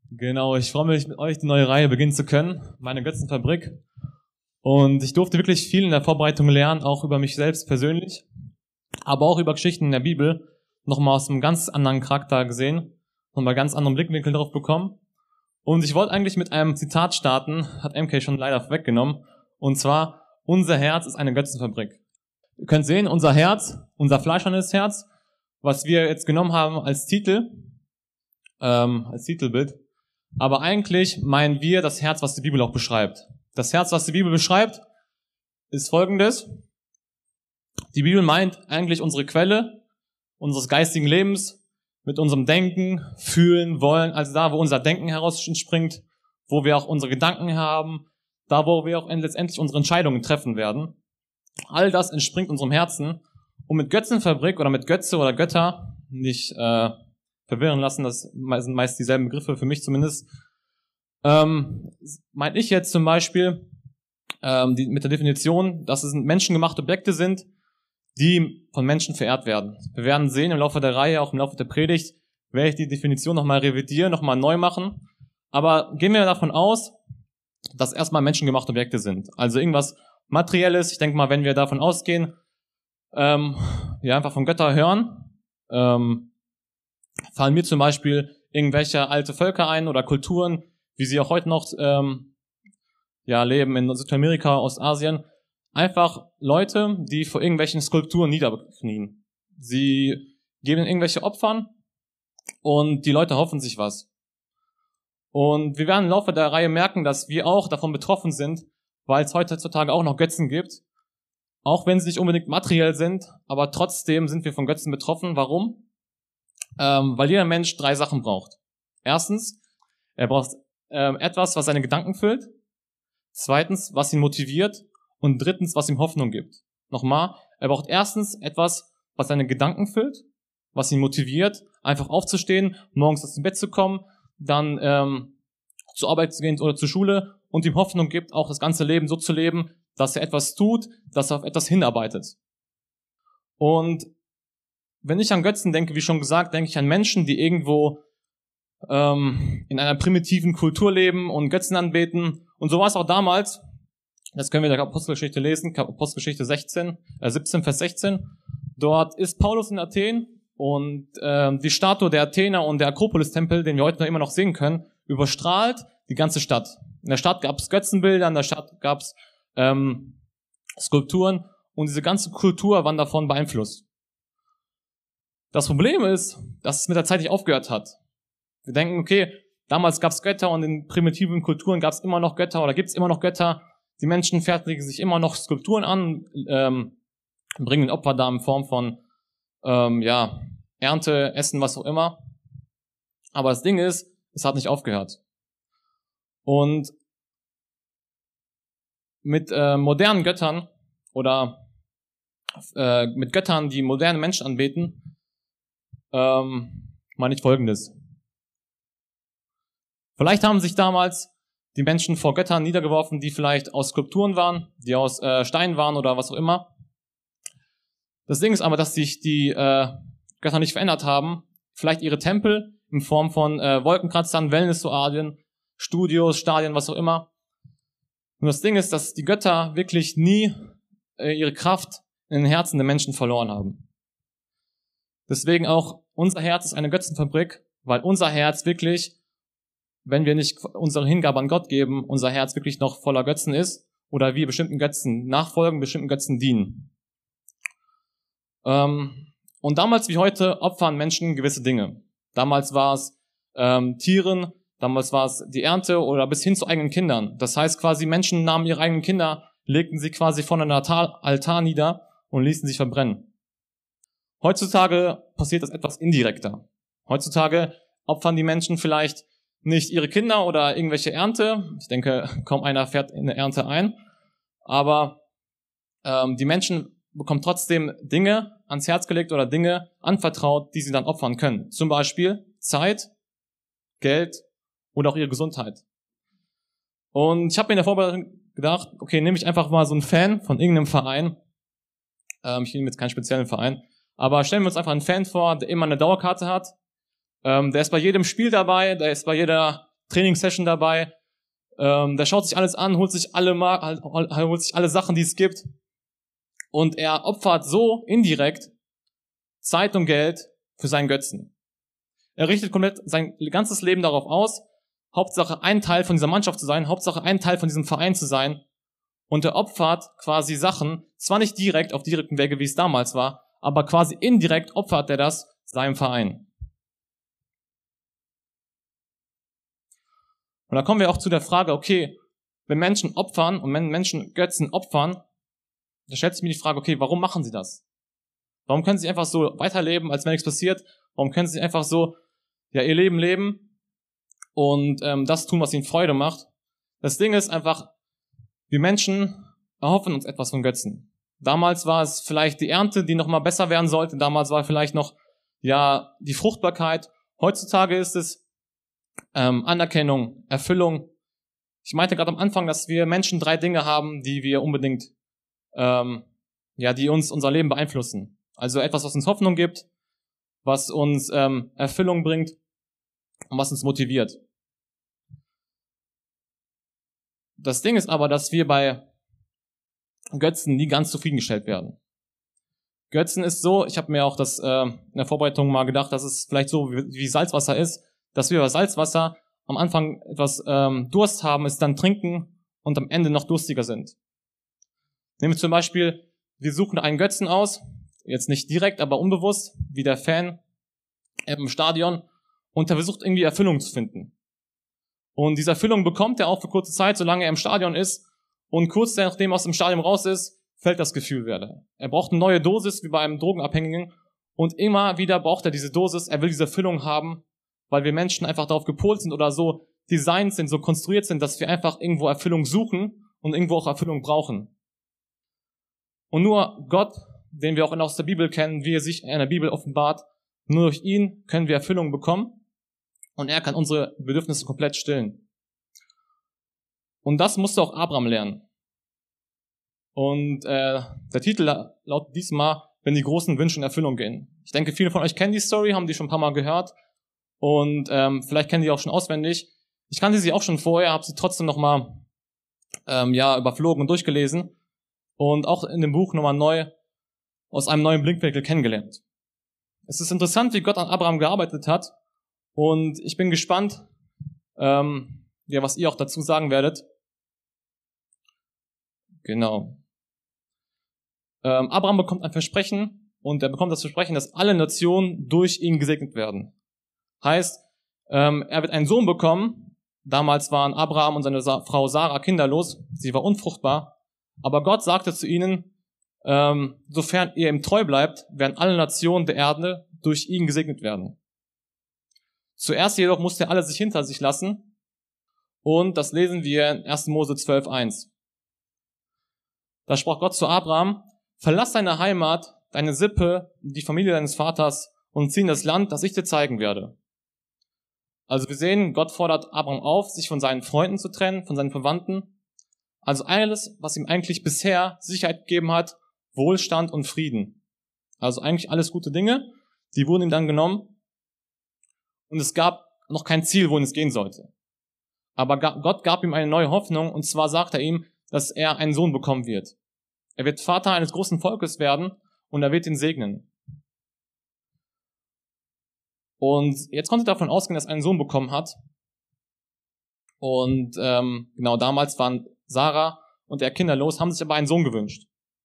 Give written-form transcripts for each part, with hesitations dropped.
Genau, ich freue mich, mit euch die neue Reihe beginnen zu können, meine Götzenfabrik. Und ich durfte wirklich viel in der Vorbereitung lernen, auch über mich selbst persönlich, aber auch über Geschichten in der Bibel, nochmal aus einem ganz anderen Charakter gesehen, nochmal ganz anderen Blickwinkel drauf bekommen. Und ich wollte eigentlich mit einem Zitat starten, hat MK schon leider weggenommen, und zwar: Unser Herz ist eine Götzenfabrik. Ihr könnt sehen, unser Herz, unser fleischernes Herz, was wir jetzt genommen haben als Titel, als Titelbild. Aber eigentlich meinen wir das Herz, was die Bibel auch beschreibt. Das Herz, was die Bibel beschreibt, ist folgendes. Die Bibel meint eigentlich unsere Quelle unseres geistigen Lebens mit unserem Denken, Fühlen, Wollen, also da, wo unser Denken heraus entspringt, wo wir auch unsere Gedanken haben, da, wo wir auch letztendlich unsere Entscheidungen treffen werden. All das entspringt unserem Herzen. Und mit Götzenfabrik oder mit Götze oder Götter, nicht verwirren lassen, das sind meist dieselben Begriffe, für mich zumindest, meine ich jetzt zum Beispiel mit der Definition, dass es menschengemachte Objekte sind, die von Menschen verehrt werden. Wir werden sehen im Laufe der Reihe, auch im Laufe der Predigt, werde ich die Definition nochmal revidieren, nochmal neu machen. Aber gehen wir davon aus, dass erstmal menschengemachte Objekte sind. Also irgendwas Materielles. Ich denke mal, wenn wir davon ausgehen, einfach von Götter hören, fallen mir zum Beispiel irgendwelche alte Völker ein oder Kulturen, wie sie auch heute noch leben in Südamerika, Ostasien. Einfach Leute, die vor irgendwelchen Skulpturen niederknien. Sie geben irgendwelche Opfern und die Leute hoffen sich was. Und wir werden im Laufe der Reihe merken, dass wir auch davon betroffen sind, weil es heutzutage auch noch Götzen gibt. Auch wenn sie nicht unbedingt materiell sind, aber trotzdem sind wir von Götzen betroffen. Warum? Weil jeder Mensch 3 Sachen braucht. Erstens, er braucht etwas, was seine Gedanken füllt. Zweitens, was ihn motiviert. Und drittens, was ihm Hoffnung gibt. Nochmal, er braucht erstens etwas, was seine Gedanken füllt, was ihn motiviert, einfach aufzustehen, morgens aus dem Bett zu kommen, dann zur Arbeit zu gehen oder zur Schule und ihm Hoffnung gibt, auch das ganze Leben so zu leben, dass er etwas tut, dass er auf etwas hinarbeitet. Und wenn ich an Götzen denke, wie schon gesagt, denke ich an Menschen, die irgendwo in einer primitiven Kultur leben und Götzen anbeten. Und so war es auch damals. Das können wir in der Apostelgeschichte lesen, Apostelgeschichte 17, Vers 16. Dort ist Paulus in Athen und die Statue der Athener und der Akropolis-Tempel, den wir heute noch immer noch sehen können, überstrahlt die ganze Stadt. In der Stadt gab es Götzenbilder, in der Stadt gab es Skulpturen und diese ganze Kultur war davon beeinflusst. Das Problem ist, dass es mit der Zeit nicht aufgehört hat. Wir denken, okay, damals gab es Götter und in primitiven Kulturen gab es immer noch Götter oder gibt es immer noch Götter. Die Menschen fertigen sich immer noch Skulpturen an, bringen Opfer da in Form von Ernte, Essen, was auch immer. Aber das Ding ist, es hat nicht aufgehört. Und mit modernen Göttern oder mit Göttern, die moderne Menschen anbeten, meine ich Folgendes. Vielleicht haben sich damals die Menschen vor Göttern niedergeworfen, die vielleicht aus Skulpturen waren, die aus Stein waren oder was auch immer. Das Ding ist aber, dass sich die Götter nicht verändert haben. Vielleicht ihre Tempel in Form von Wolkenkratzern, Wellnessoadien, Studios, Stadien, was auch immer. Und das Ding ist, dass die Götter wirklich nie ihre Kraft in den Herzen der Menschen verloren haben. Deswegen auch, unser Herz ist eine Götzenfabrik, weil unser Herz wirklich, wenn wir nicht unsere Hingabe an Gott geben, unser Herz wirklich noch voller Götzen ist oder wir bestimmten Götzen nachfolgen, bestimmten Götzen dienen. Und damals wie heute opfern Menschen gewisse Dinge. Damals war es Tieren, damals war es die Ernte oder bis hin zu eigenen Kindern. Das heißt quasi, Menschen nahmen ihre eigenen Kinder, legten sie quasi vor einem Altar nieder und ließen sich verbrennen. Heutzutage passiert das etwas indirekter. Heutzutage opfern die Menschen vielleicht nicht ihre Kinder oder irgendwelche Ernte. Ich denke, kaum einer fährt in eine Ernte ein. Aber die Menschen bekommen trotzdem Dinge ans Herz gelegt oder Dinge anvertraut, die sie dann opfern können. Zum Beispiel Zeit, Geld oder auch ihre Gesundheit. Und ich habe mir in der Vorbereitung gedacht, okay, nehme ich einfach mal so einen Fan von irgendeinem Verein. Ich nehme jetzt keinen speziellen Verein. Aber stellen wir uns einfach einen Fan vor, der immer eine Dauerkarte hat. Der ist bei jedem Spiel dabei, der ist bei jeder Trainingssession dabei. Der schaut sich alles an, holt sich alle Sachen, die es gibt. Und er opfert so indirekt Zeit und Geld für seinen Götzen. Er richtet komplett sein ganzes Leben darauf aus, Hauptsache ein Teil von dieser Mannschaft zu sein, Hauptsache ein Teil von diesem Verein zu sein. Und er opfert quasi Sachen, zwar nicht direkt auf direktem Wege, wie es damals war, aber quasi indirekt opfert er das seinem Verein. Und da kommen wir auch zu der Frage, okay, wenn Menschen opfern und wenn Menschen Götzen opfern, da stellt sich mir die Frage, okay, warum machen sie das? Warum können sie einfach so weiterleben, als wenn nichts passiert? Warum können sie einfach so ihr Leben leben und das tun, was ihnen Freude macht? Das Ding ist einfach, wir Menschen erhoffen uns etwas von Götzen. Damals war es vielleicht die Ernte, die nochmal besser werden sollte. Damals war vielleicht noch die Fruchtbarkeit. Heutzutage ist es Anerkennung, Erfüllung. Ich meinte gerade am Anfang, dass wir Menschen 3 Dinge haben, die wir unbedingt, die uns unser Leben beeinflussen. Also etwas, was uns Hoffnung gibt, was uns Erfüllung bringt und was uns motiviert. Das Ding ist aber, dass wir bei Götzen nie ganz zufriedengestellt werden. Götzen ist so, ich habe mir auch das in der Vorbereitung mal gedacht, dass es vielleicht so wie Salzwasser ist, dass wir bei Salzwasser am Anfang etwas Durst haben, es dann trinken und am Ende noch durstiger sind. Nehmen wir zum Beispiel, wir suchen einen Götzen aus, jetzt nicht direkt, aber unbewusst, wie der Fan im Stadion, und er versucht irgendwie Erfüllung zu finden. Und diese Erfüllung bekommt er auch für kurze Zeit, solange er im Stadion ist, und kurz nachdem er aus dem Stadion raus ist, fällt das Gefühl wieder. Er braucht eine neue Dosis, wie bei einem Drogenabhängigen, und immer wieder braucht er diese Dosis, er will diese Erfüllung haben, weil wir Menschen einfach darauf gepolt sind oder so designt sind, so konstruiert sind, dass wir einfach irgendwo Erfüllung suchen und irgendwo auch Erfüllung brauchen. Und nur Gott, den wir auch aus der Bibel kennen, wie er sich in der Bibel offenbart, nur durch ihn können wir Erfüllung bekommen und er kann unsere Bedürfnisse komplett stillen. Und das musste auch Abraham lernen. Und der Titel lautet diesmal, wenn die großen Wünsche in Erfüllung gehen. Ich denke, viele von euch kennen die Story, haben die schon ein paar Mal gehört und vielleicht kennen die auch schon auswendig. Ich kannte sie auch schon vorher, habe sie trotzdem nochmal überflogen und durchgelesen und auch in dem Buch nochmal neu aus einem neuen Blickwinkel kennengelernt. Es ist interessant, wie Gott an Abraham gearbeitet hat und ich bin gespannt, was ihr auch dazu sagen werdet. Genau. Abraham bekommt ein Versprechen und er bekommt das Versprechen, dass alle Nationen durch ihn gesegnet werden. Heißt, er wird einen Sohn bekommen. Damals waren Abraham und seine Frau Sarah kinderlos. Sie war unfruchtbar. Aber Gott sagte zu ihnen, sofern ihr ihm treu bleibt, werden alle Nationen der Erde durch ihn gesegnet werden. Zuerst jedoch musste er alle sich hinter sich lassen. Und das lesen wir in 1. Mose 12,1. Da sprach Gott zu Abraham, verlass deine Heimat, deine Sippe, die Familie deines Vaters und zieh in das Land, das ich dir zeigen werde. Also wir sehen, Gott fordert Abraham auf, sich von seinen Freunden zu trennen, von seinen Verwandten. Also alles, was ihm eigentlich bisher Sicherheit gegeben hat, Wohlstand und Frieden. Also eigentlich alles gute Dinge, die wurden ihm dann genommen. Und es gab noch kein Ziel, wohin es gehen sollte. Aber Gott gab ihm eine neue Hoffnung, und zwar sagt er ihm, dass er einen Sohn bekommen wird. Er wird Vater eines großen Volkes werden und er wird ihn segnen. Und jetzt konnte er davon ausgehen, dass er einen Sohn bekommen hat. Und damals waren Sarah und er kinderlos, haben sich aber einen Sohn gewünscht.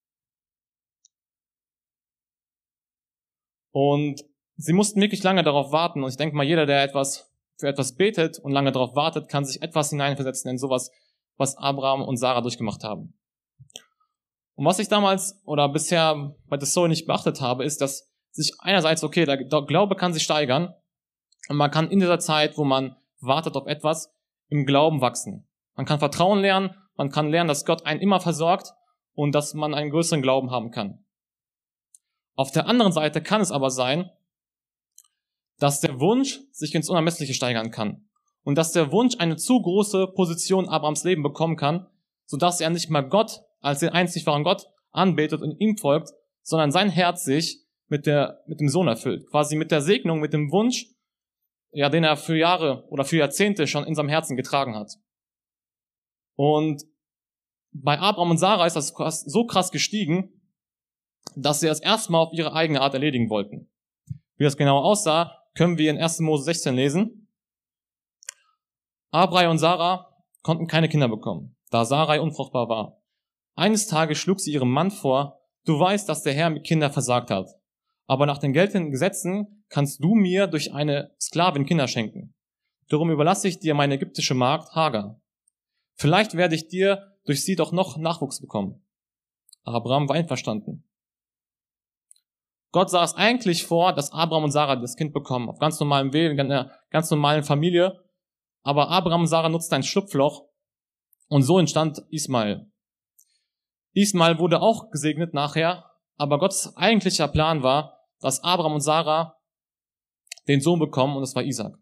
Und sie mussten wirklich lange darauf warten. Und ich denke mal, jeder, der für etwas betet und lange darauf wartet, kann sich etwas hineinversetzen in sowas, was Abraham und Sarah durchgemacht haben. Und was ich damals oder bisher bei der Story nicht beachtet habe, ist, dass sich einerseits, okay, der Glaube kann sich steigern und man kann in dieser Zeit, wo man wartet auf etwas, im Glauben wachsen. Man kann Vertrauen lernen, man kann lernen, dass Gott einen immer versorgt und dass man einen größeren Glauben haben kann. Auf der anderen Seite kann es aber sein, dass der Wunsch sich ins Unermessliche steigern kann und dass der Wunsch eine zu große Position in Abrahams Leben bekommen kann, sodass er nicht mehr Gott als den einzig wahren Gott anbetet und ihm folgt, sondern sein Herz sich mit dem Sohn erfüllt. Quasi mit der Segnung, mit dem Wunsch, ja, den er für Jahre oder für Jahrzehnte schon in seinem Herzen getragen hat. Und bei Abraham und Sarah ist das so krass gestiegen, dass sie das erste Mal auf ihre eigene Art erledigen wollten. Wie das genau aussah, können wir in 1. Mose 16 lesen. Abraham und Sarah konnten keine Kinder bekommen, da Sarai unfruchtbar war. Eines Tages schlug sie ihrem Mann vor: Du weißt, dass der Herr mit Kindern versagt hat. Aber nach den geltenden Gesetzen kannst du mir durch eine Sklavin Kinder schenken. Darum überlasse ich dir meine ägyptische Magd Hagar. Vielleicht werde ich dir durch sie doch noch Nachwuchs bekommen. Abraham war einverstanden. Gott sah es eigentlich vor, dass Abraham und Sarah das Kind bekommen, auf ganz normalem Weg, in einer ganz normalen Familie. Aber Abraham und Sarah nutzten ein Schlupfloch und so entstand Ismael. Ismael wurde auch gesegnet nachher, aber Gottes eigentlicher Plan war, dass Abraham und Sarah den Sohn bekommen, und das war Isaac.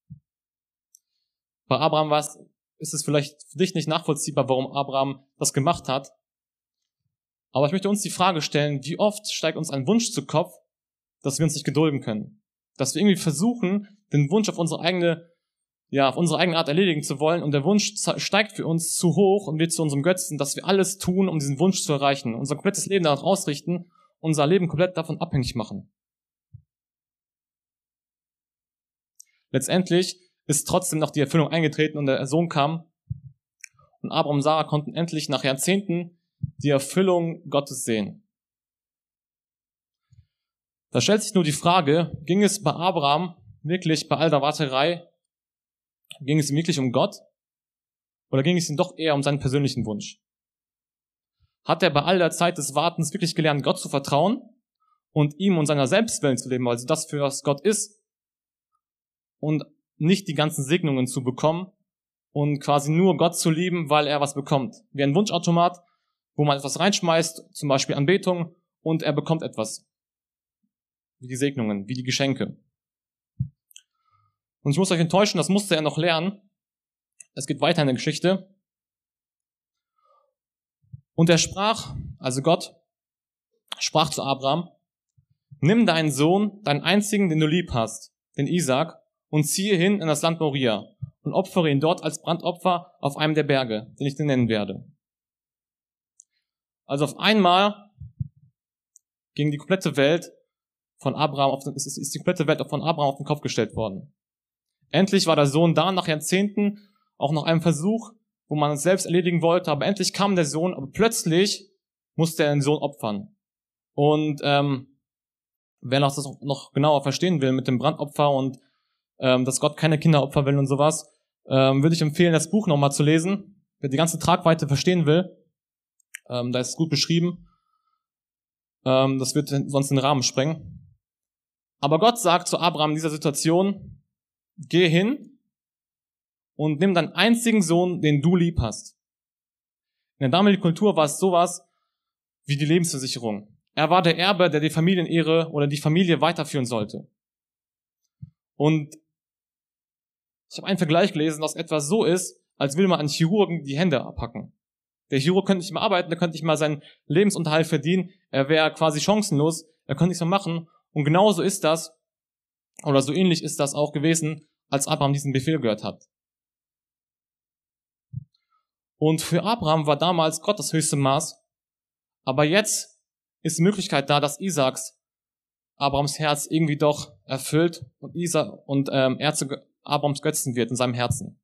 Bei Abraham ist es vielleicht für dich nicht nachvollziehbar, warum Abraham das gemacht hat. Aber ich möchte uns die Frage stellen: Wie oft steigt uns ein Wunsch zu Kopf, dass wir uns nicht gedulden können? Dass wir irgendwie versuchen, den Wunsch auf unsere eigene Art erledigen zu wollen, und der Wunsch steigt für uns zu hoch und wird zu unserem Götzen, dass wir alles tun, um diesen Wunsch zu erreichen, unser komplettes Leben danach ausrichten, unser Leben komplett davon abhängig machen. Letztendlich ist trotzdem noch die Erfüllung eingetreten und der Sohn kam, und Abraham und Sarah konnten endlich nach Jahrzehnten die Erfüllung Gottes sehen. Da stellt sich nur die Frage: Ging es bei Abraham wirklich bei all der Warterei, ging es ihm wirklich um Gott, oder ging es ihm doch eher um seinen persönlichen Wunsch? Hat er bei all der Zeit des Wartens wirklich gelernt, Gott zu vertrauen und ihm und seiner Selbstwillen zu leben, also das, für was Gott ist, und nicht die ganzen Segnungen zu bekommen und quasi nur Gott zu lieben, weil er was bekommt? Wie ein Wunschautomat, wo man etwas reinschmeißt, zum Beispiel Anbetung, und er bekommt etwas. Wie die Segnungen, wie die Geschenke. Und ich muss euch enttäuschen, das musste er noch lernen. Es geht weiter in der Geschichte. Und er sprach, also Gott, sprach zu Abraham: Nimm deinen Sohn, deinen einzigen, den du lieb hast, den Isaac, und ziehe hin in das Land Moria und opfere ihn dort als Brandopfer auf einem der Berge, den ich dir nennen werde. Also auf einmal ging die komplette Welt von Abraham ist die komplette Welt von Abraham auf den Kopf gestellt worden. Endlich war der Sohn da, nach Jahrzehnten, auch nach einem Versuch, wo man es selbst erledigen wollte, aber endlich kam der Sohn, aber plötzlich musste er den Sohn opfern. Und wer das noch genauer verstehen will mit dem Brandopfer und dass Gott keine Kinderopfer will und sowas, würde ich empfehlen, das Buch nochmal zu lesen. Wer die ganze Tragweite verstehen will, da ist es gut beschrieben. Das wird sonst den Rahmen sprengen. Aber Gott sagt zu Abraham in dieser Situation: Geh hin und nimm deinen einzigen Sohn, den du lieb hast. In der damaligen Kultur war es sowas wie die Lebensversicherung. Er war der Erbe, der die Familienehre oder die Familie weiterführen sollte. Und ich habe einen Vergleich gelesen, dass etwas so ist, als will man einen Chirurgen die Hände abhacken. Der Chirurg könnte nicht mehr arbeiten, der könnte nicht mal seinen Lebensunterhalt verdienen, er wäre quasi chancenlos, er könnte nichts mehr machen. Und genauso ist das, oder so ähnlich ist das auch gewesen, als Abraham diesen Befehl gehört hat. Und für Abraham war damals Gott das höchste Maß, aber jetzt ist die Möglichkeit da, dass Abrahams Herz irgendwie doch erfüllt und er zu Abrahams Götzen wird in seinem Herzen.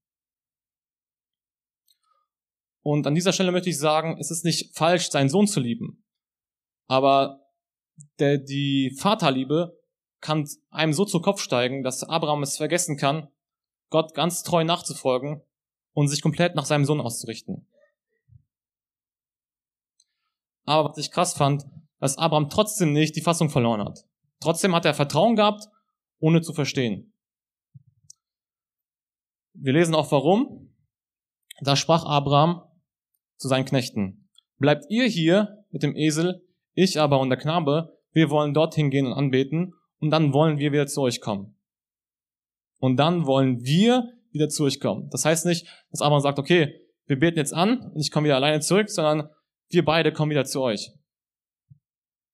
Und an dieser Stelle möchte ich sagen, es ist nicht falsch, seinen Sohn zu lieben, aber die Vaterliebe kann einem so zu Kopf steigen, dass Abraham es vergessen kann, Gott ganz treu nachzufolgen und sich komplett nach seinem Sohn auszurichten. Aber was ich krass fand, dass Abraham trotzdem nicht die Fassung verloren hat. Trotzdem hat er Vertrauen gehabt, ohne zu verstehen. Wir lesen auch warum. Da sprach Abraham zu seinen Knechten: Bleibt ihr hier mit dem Esel, ich aber und der Knabe, wir wollen dorthin gehen und anbeten, und dann wollen wir wieder zu euch kommen. Und dann wollen wir wieder zu euch kommen. Das heißt nicht, dass Abraham sagt: Okay, wir beten jetzt an und ich komme wieder alleine zurück, sondern wir beide kommen wieder zu euch.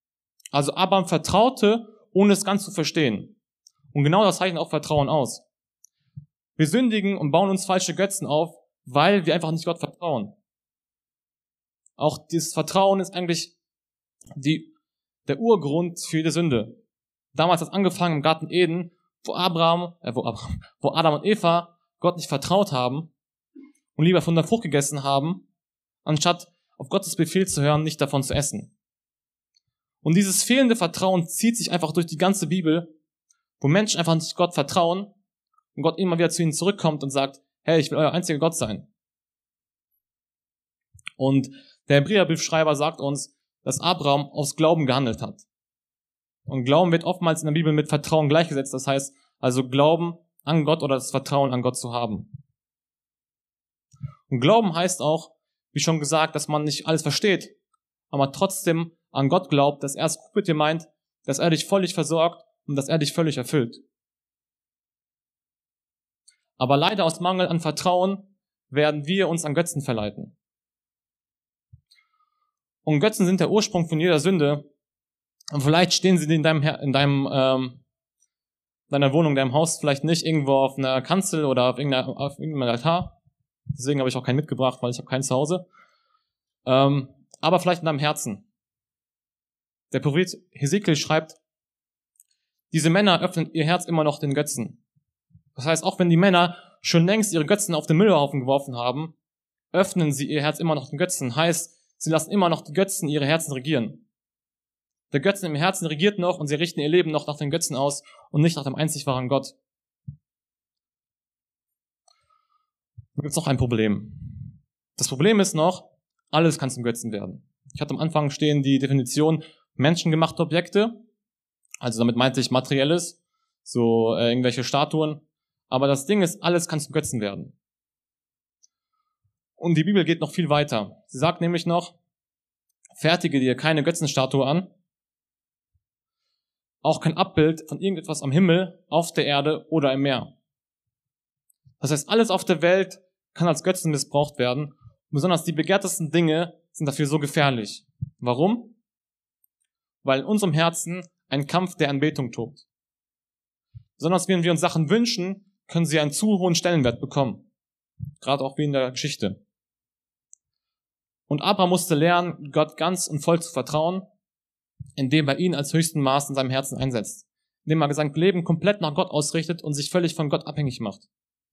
Also Abraham vertraute, ohne es ganz zu verstehen. Und genau das zeichnet auch Vertrauen aus. Wir sündigen und bauen uns falsche Götzen auf, weil wir einfach nicht Gott vertrauen. Auch dieses Vertrauen ist eigentlich der Urgrund für jede Sünde. Damals hat es angefangen im Garten Eden, wo Adam und Eva Gott nicht vertraut haben und lieber von der Frucht gegessen haben, anstatt auf Gottes Befehl zu hören, nicht davon zu essen. Und dieses fehlende Vertrauen zieht sich einfach durch die ganze Bibel, wo Menschen einfach nicht Gott vertrauen und Gott immer wieder zu ihnen zurückkommt und sagt, hey, ich will euer einziger Gott sein. Und der Hebräerbriefschreiber sagt uns, dass Abraham aus Glauben gehandelt hat. Und Glauben wird oftmals in der Bibel mit Vertrauen gleichgesetzt. Das heißt, also Glauben an Gott oder das Vertrauen an Gott zu haben. Und Glauben heißt auch, wie schon gesagt, dass man nicht alles versteht, aber trotzdem an Gott glaubt, dass er es gut mit dir meint, dass er dich völlig versorgt und dass er dich völlig erfüllt. Aber leider aus Mangel an Vertrauen werden wir uns an Götzen verleiten. Und Götzen sind der Ursprung von jeder Sünde. Und vielleicht stehen sie in deiner Wohnung, deinem Haus vielleicht nicht irgendwo auf einer Kanzel oder auf irgendeinem Altar. Deswegen habe ich auch keinen mitgebracht, weil ich habe keinen zu Hause. Aber vielleicht in deinem Herzen. Der Prophet Hesekiel schreibt, diese Männer öffnen ihr Herz immer noch den Götzen. Das heißt, auch wenn die Männer schon längst ihre Götzen auf den Müllhaufen geworfen haben, öffnen sie ihr Herz immer noch den Götzen. Heißt, sie lassen immer noch die Götzen ihre Herzen regieren. Der Götzen im Herzen regiert noch und sie richten ihr Leben noch nach den Götzen aus und nicht nach dem einzig wahren Gott. Da gibt es noch ein Problem. Das Problem ist noch, alles kann zum Götzen werden. Ich hatte am Anfang stehen die Definition menschengemachte Objekte. Also damit meinte ich Materielles, so irgendwelche Statuen. Aber das Ding ist, alles kann zum Götzen werden. Und die Bibel geht noch viel weiter. Sie sagt nämlich noch, fertige dir keine Götzenstatue an, auch kein Abbild von irgendetwas am Himmel, auf der Erde oder im Meer. Das heißt, alles auf der Welt kann als Götzen missbraucht werden. Und besonders die begehrtesten Dinge sind dafür so gefährlich. Warum? Weil in unserem Herzen ein Kampf der Anbetung tobt. Besonders wenn wir uns Sachen wünschen, können sie einen zu hohen Stellenwert bekommen. Gerade auch wie in der Geschichte. Und Abraham musste lernen, Gott ganz und voll zu vertrauen, indem er ihn als höchsten Maß in seinem Herzen einsetzt. Indem er sein Leben komplett nach Gott ausrichtet und sich völlig von Gott abhängig macht.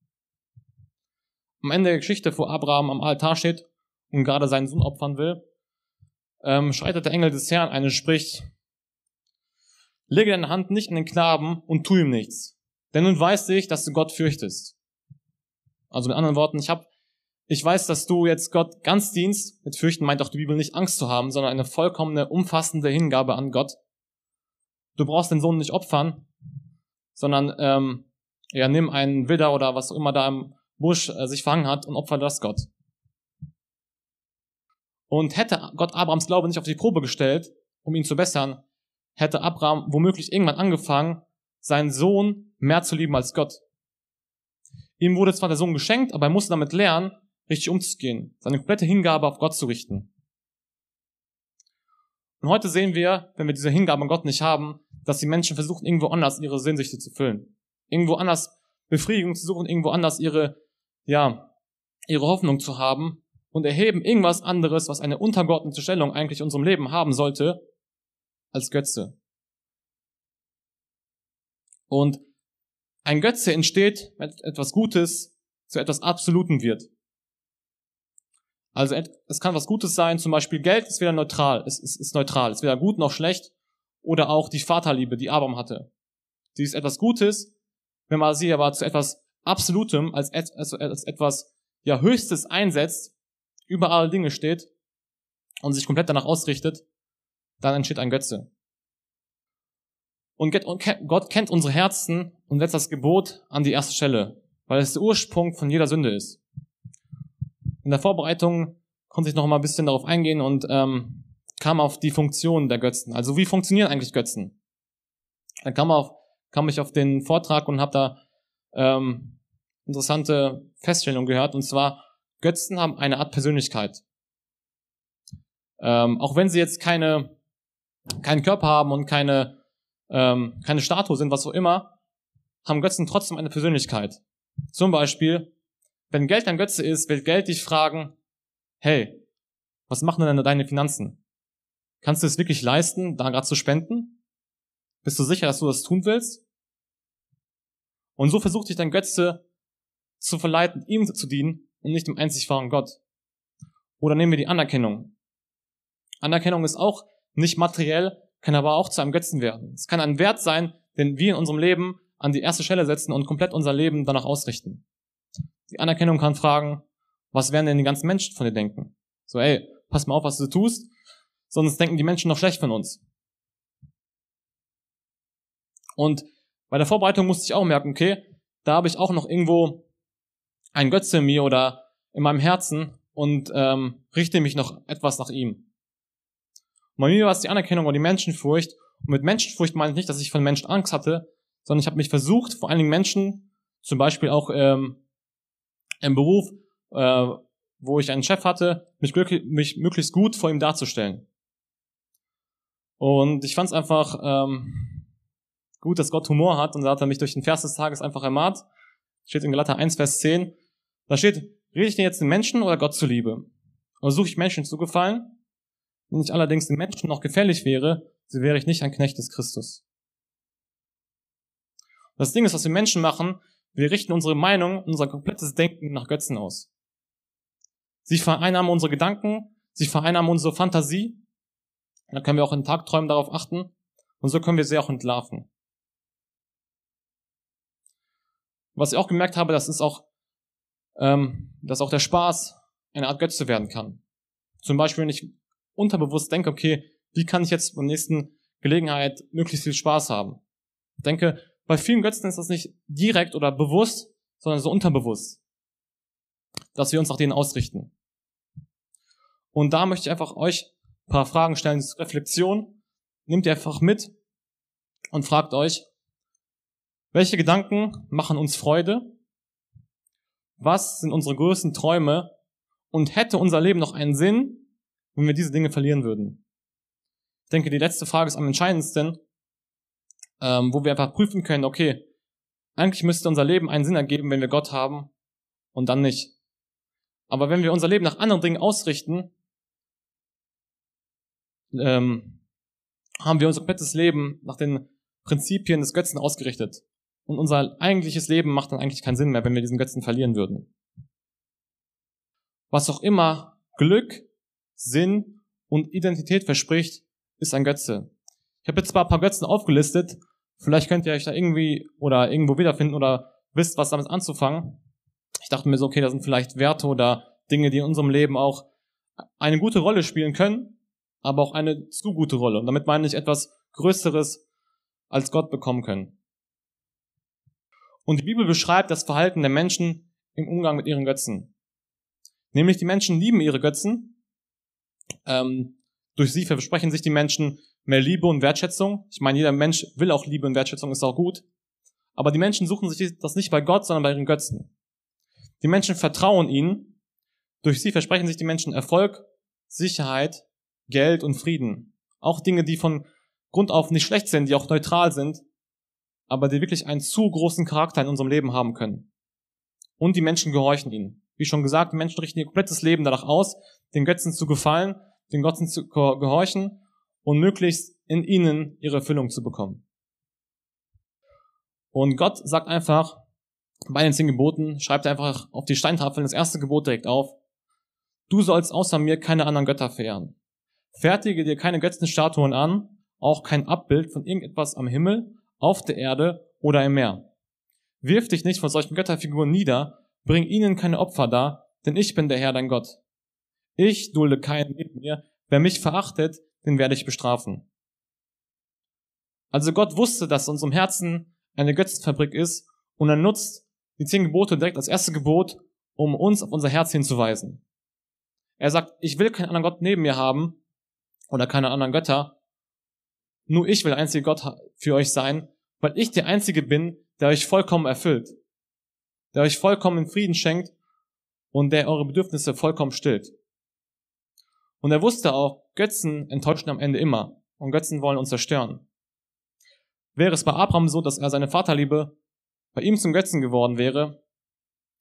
Am Ende der Geschichte, wo Abraham am Altar steht und gerade seinen Sohn opfern will, schreitet der Engel des Herrn ein und spricht, lege deine Hand nicht an den Knaben und tu ihm nichts, denn nun weiß ich, dass du Gott fürchtest. Also mit anderen Worten, ich weiß, dass du jetzt Gott ganz dienst. Mit fürchten meint auch die Bibel nicht Angst zu haben, sondern eine vollkommene, umfassende Hingabe an Gott. Du brauchst den Sohn nicht opfern, sondern nimm einen Widder oder was auch immer da im Busch sich fangen hat und opfer das Gott. Und hätte Gott Abrahams Glaube nicht auf die Probe gestellt, um ihn zu bessern, hätte Abraham womöglich irgendwann angefangen, seinen Sohn mehr zu lieben als Gott. Ihm wurde zwar der Sohn geschenkt, aber er musste damit lernen, richtig umzugehen, seine komplette Hingabe auf Gott zu richten. Und heute sehen wir, wenn wir diese Hingabe an Gott nicht haben, dass die Menschen versuchen, irgendwo anders ihre Sehnsüchte zu füllen. Irgendwo anders Befriedigung zu suchen, irgendwo anders ihre Hoffnung zu haben und erheben irgendwas anderes, was eine untergeordnete Stellung eigentlich in unserem Leben haben sollte, als Götze. Und ein Götze entsteht, wenn etwas Gutes zu etwas Absolutem wird. Also es kann was Gutes sein, zum Beispiel Geld ist weder neutral, es ist neutral, es ist weder gut noch schlecht, oder auch die Vaterliebe, die Abraham hatte. Sie ist etwas Gutes, wenn man sie aber zu etwas Absolutem, als etwas Höchstes einsetzt, über alle Dinge steht und sich komplett danach ausrichtet, dann entsteht ein Götze. Und Gott kennt unsere Herzen und setzt das Gebot an die erste Stelle, weil es der Ursprung von jeder Sünde ist. In der Vorbereitung konnte ich noch mal ein bisschen darauf eingehen und kam auf die Funktion der Götzen. Also wie funktionieren eigentlich Götzen? Dann kam ich auf den Vortrag und habe da interessante Feststellungen gehört. Und zwar, Götzen haben eine Art Persönlichkeit. Auch wenn sie jetzt keinen Körper haben und keine Statue sind, was auch immer, haben Götzen trotzdem eine Persönlichkeit. Zum Beispiel, wenn Geld ein Götze ist, will Geld dich fragen, hey, was machen denn deine Finanzen? Kannst du es wirklich leisten, da gerade zu spenden? Bist du sicher, dass du das tun willst? Und so versucht dich dein Götze zu verleiten, ihm zu dienen und nicht dem einzig wahren Gott. Oder nehmen wir die Anerkennung. Anerkennung ist auch nicht materiell, kann aber auch zu einem Götzen werden. Es kann ein Wert sein, den wir in unserem Leben an die erste Stelle setzen und komplett unser Leben danach ausrichten. Die Anerkennung kann fragen, was werden denn die ganzen Menschen von dir denken? So, ey, pass mal auf, was du tust, sonst denken die Menschen noch schlecht von uns. Und bei der Vorbereitung musste ich auch merken, okay, da habe ich auch noch irgendwo ein Götze in mir oder in meinem Herzen und richte mich noch etwas nach ihm. Und bei mir war es die Anerkennung oder die Menschenfurcht. Und mit Menschenfurcht meine ich nicht, dass ich von Menschen Angst hatte, sondern ich habe mich versucht, vor allen Dingen Menschen, zum Beispiel auch im Beruf, wo ich einen Chef hatte, mich möglichst gut vor ihm darzustellen. Und ich fand es einfach gut, dass Gott Humor hat, und da hat er mich durch den Vers des Tages einfach ermahnt. Steht in Galater 1, Vers 10. Da steht, rede ich denn jetzt den Menschen oder Gott zuliebe? Oder suche ich Menschen zu gefallen? Wenn ich allerdings den Menschen noch gefährlich wäre, so wäre ich nicht ein Knecht des Christus. Das Ding ist, was wir Menschen machen, wir richten unsere Meinung, unser komplettes Denken nach Götzen aus. Sie vereinnahmen unsere Gedanken, sie vereinnahmen unsere Fantasie. Da können wir auch in Tagträumen darauf achten. Und so können wir sie auch entlarven. Was ich auch gemerkt habe, dass auch der Spaß eine Art Götze werden kann. Zum Beispiel, wenn ich unterbewusst denke, okay, wie kann ich jetzt bei der nächsten Gelegenheit möglichst viel Spaß haben? Ich denke, bei vielen Götzen ist das nicht direkt oder bewusst, sondern so unterbewusst, dass wir uns nach denen ausrichten. Und da möchte ich einfach euch ein paar Fragen stellen zur Reflexion. Nehmt ihr einfach mit und fragt euch, welche Gedanken machen uns Freude? Was sind unsere größten Träume? Und hätte unser Leben noch einen Sinn, wenn wir diese Dinge verlieren würden? Ich denke, die letzte Frage ist am entscheidendsten, wo wir einfach prüfen können, okay, eigentlich müsste unser Leben einen Sinn ergeben, wenn wir Gott haben und dann nicht. Aber wenn wir unser Leben nach anderen Dingen ausrichten, haben wir unser komplettes Leben nach den Prinzipien des Götzen ausgerichtet. Und unser eigentliches Leben macht dann eigentlich keinen Sinn mehr, wenn wir diesen Götzen verlieren würden. Was auch immer Glück, Sinn und Identität verspricht, ist ein Götze. Ich habe jetzt zwar ein paar Götzen aufgelistet, vielleicht könnt ihr euch da irgendwie oder irgendwo wiederfinden oder wisst, was damit anzufangen. Ich dachte mir so, okay, das sind vielleicht Werte oder Dinge, die in unserem Leben auch eine gute Rolle spielen können, aber auch eine zu gute Rolle. Und damit meine ich etwas Größeres als Gott bekommen können. Und die Bibel beschreibt das Verhalten der Menschen im Umgang mit ihren Götzen. Nämlich die Menschen lieben ihre Götzen. Durch sie versprechen sich die Menschen mehr Liebe und Wertschätzung. Ich meine, jeder Mensch will auch Liebe und Wertschätzung, ist auch gut. Aber die Menschen suchen sich das nicht bei Gott, sondern bei ihren Götzen. Die Menschen vertrauen ihnen. Durch sie versprechen sich die Menschen Erfolg, Sicherheit, Geld und Frieden. Auch Dinge, die von Grund auf nicht schlecht sind, die auch neutral sind, aber die wirklich einen zu großen Charakter in unserem Leben haben können. Und die Menschen gehorchen ihnen. Wie schon gesagt, die Menschen richten ihr komplettes Leben danach aus, den Götzen zu gefallen, den Götzen zu gehorchen und möglichst in ihnen ihre Erfüllung zu bekommen. Und Gott sagt einfach, bei den 10 Geboten, schreibt einfach auf die Steintafeln das erste Gebot direkt auf: Du sollst außer mir keine anderen Götter verehren. Fertige dir keine Götzenstatuen an, auch kein Abbild von irgendetwas am Himmel, auf der Erde oder im Meer. Wirf dich nicht vor solchen Götterfiguren nieder, bring ihnen keine Opfer dar, denn ich bin der Herr, dein Gott. Ich dulde keinen neben mir, wer mich verachtet, den werde ich bestrafen. Also Gott wusste, dass in unserem Herzen eine Götzenfabrik ist, und er nutzt die 10 Gebote direkt als erste Gebot, um uns auf unser Herz hinzuweisen. Er sagt, ich will keinen anderen Gott neben mir haben oder keine anderen Götter. Nur ich will der einzige Gott für euch sein, weil ich der Einzige bin, der euch vollkommen erfüllt, der euch vollkommen Frieden schenkt und der eure Bedürfnisse vollkommen stillt. Und er wusste auch, Götzen enttäuschen am Ende immer und Götzen wollen uns zerstören. Wäre es bei Abraham so, dass er seine Vaterliebe bei ihm zum Götzen geworden wäre,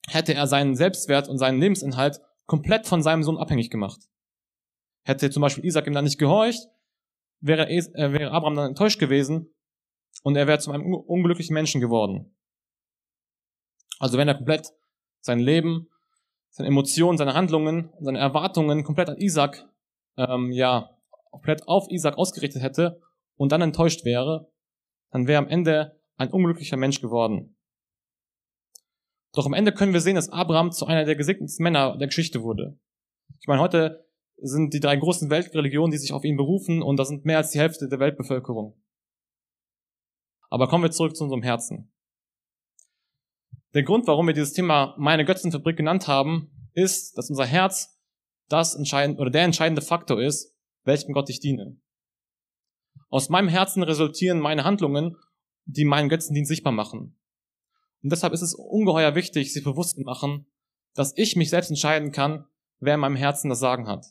hätte er seinen Selbstwert und seinen Lebensinhalt komplett von seinem Sohn abhängig gemacht. Hätte zum Beispiel Isaac ihm dann nicht gehorcht, wäre Abraham dann enttäuscht gewesen und er wäre zu einem unglücklichen Menschen geworden. Also wenn er komplett sein Leben, seine Emotionen, seine Handlungen, seine Erwartungen komplett an Isaac, komplett auf Isaac ausgerichtet hätte und dann enttäuscht wäre, dann wäre am Ende ein unglücklicher Mensch geworden. Doch am Ende können wir sehen, dass Abraham zu einer der gesegnetsten Männer der Geschichte wurde. Ich meine, heute sind die 3 großen Weltreligionen, die sich auf ihn berufen, und das sind mehr als die Hälfte der Weltbevölkerung. Aber kommen wir zurück zu unserem Herzen. Der Grund, warum wir dieses Thema meine Götzenfabrik genannt haben, ist, dass unser Herz der entscheidende Faktor ist, welchem Gott ich diene. Aus meinem Herzen resultieren meine Handlungen, die meinen Götzendienst sichtbar machen. Und deshalb ist es ungeheuer wichtig, sich bewusst zu machen, dass ich mich selbst entscheiden kann, wer in meinem Herzen das Sagen hat.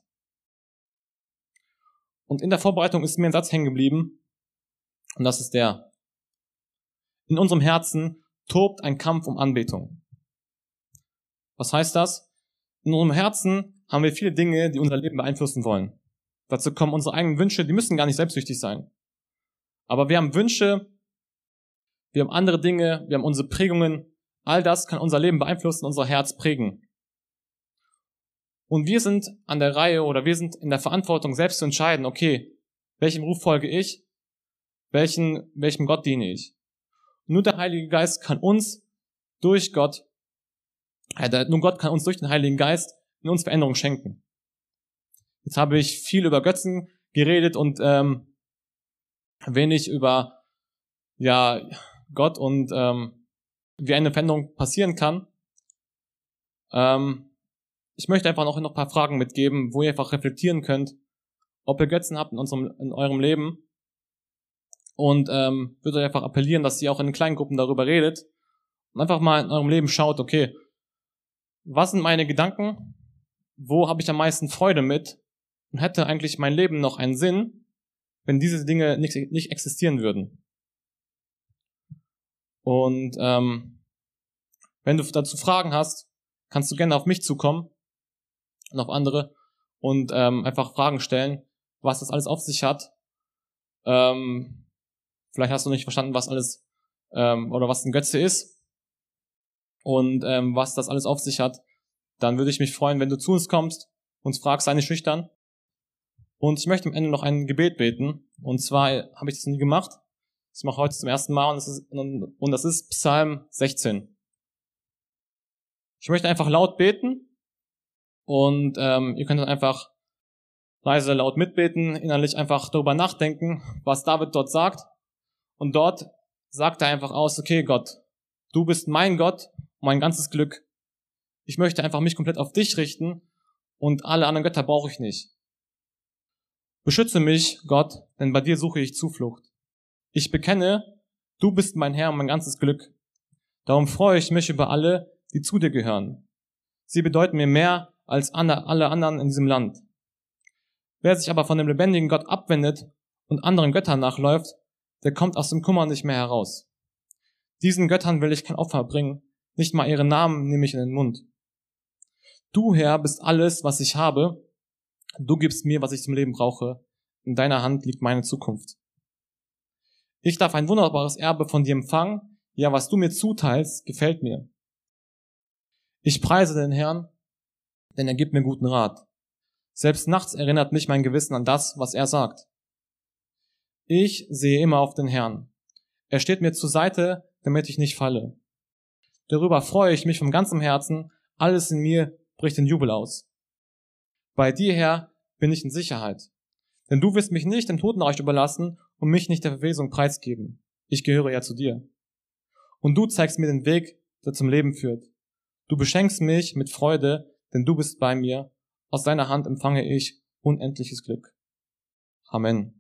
Und in der Vorbereitung ist mir ein Satz hängen geblieben, und das ist der: In unserem Herzen tobt ein Kampf um Anbetung. Was heißt das? In unserem Herzen haben wir viele Dinge, die unser Leben beeinflussen wollen. Dazu kommen unsere eigenen Wünsche, die müssen gar nicht selbstsüchtig sein. Aber wir haben Wünsche, wir haben andere Dinge, wir haben unsere Prägungen. All das kann unser Leben beeinflussen, unser Herz prägen. Und wir sind an der Reihe, oder wir sind in der Verantwortung, selbst zu entscheiden, okay, welchem Ruf folge ich, welchem Gott diene ich. Nur der Heilige Geist kann uns durch Gott kann uns durch den Heiligen Geist in uns Veränderung schenken. Jetzt habe ich viel über Götzen geredet und wenig über Gott und wie eine Veränderung passieren kann. Ich möchte einfach noch ein paar Fragen mitgeben, wo ihr einfach reflektieren könnt, ob ihr Götzen habt in eurem Leben. Und würde euch einfach appellieren, dass ihr auch in den kleinen Gruppen darüber redet und einfach mal in eurem Leben schaut, okay, was sind meine Gedanken? Wo habe ich am meisten Freude mit? Und hätte eigentlich mein Leben noch einen Sinn, wenn diese Dinge nicht existieren würden? Und wenn du dazu Fragen hast, kannst du gerne auf mich zukommen und auf andere und einfach Fragen stellen, was das alles auf sich hat. Vielleicht hast du nicht verstanden, was alles oder was ein Götze ist und was das alles auf sich hat. Dann würde ich mich freuen, wenn du zu uns kommst, uns fragst, sei nicht schüchtern. Und ich möchte am Ende noch ein Gebet beten. Und zwar habe ich das nie gemacht. Ich mache heute zum ersten Mal und das ist Psalm 16. Ich möchte einfach laut beten und ihr könnt dann einfach leise laut mitbeten, innerlich einfach darüber nachdenken, was David dort sagt. Und dort sagt er einfach aus, okay Gott, du bist mein Gott, mein ganzes Glück. Ich möchte einfach mich komplett auf dich richten und alle anderen Götter brauche ich nicht. Beschütze mich, Gott, denn bei dir suche ich Zuflucht. Ich bekenne, du bist mein Herr und mein ganzes Glück. Darum freue ich mich über alle, die zu dir gehören. Sie bedeuten mir mehr als alle anderen in diesem Land. Wer sich aber von dem lebendigen Gott abwendet und anderen Göttern nachläuft, der kommt aus dem Kummer nicht mehr heraus. Diesen Göttern will ich kein Opfer bringen, nicht mal ihre Namen nehme ich in den Mund. Du, Herr, bist alles, was ich habe. Du gibst mir, was ich zum Leben brauche. In deiner Hand liegt meine Zukunft. Ich darf ein wunderbares Erbe von dir empfangen. Ja, was du mir zuteilst, gefällt mir. Ich preise den Herrn, denn er gibt mir guten Rat. Selbst nachts erinnert mich mein Gewissen an das, was er sagt. Ich sehe immer auf den Herrn. Er steht mir zur Seite, damit ich nicht falle. Darüber freue ich mich von ganzem Herzen. Alles in mir bricht in Jubel aus. Bei dir, Herr, bin ich in Sicherheit. Denn du wirst mich nicht dem Totenreich überlassen und mich nicht der Verwesung preisgeben. Ich gehöre ja zu dir. Und du zeigst mir den Weg, der zum Leben führt. Du beschenkst mich mit Freude, denn du bist bei mir. Aus deiner Hand empfange ich unendliches Glück. Amen.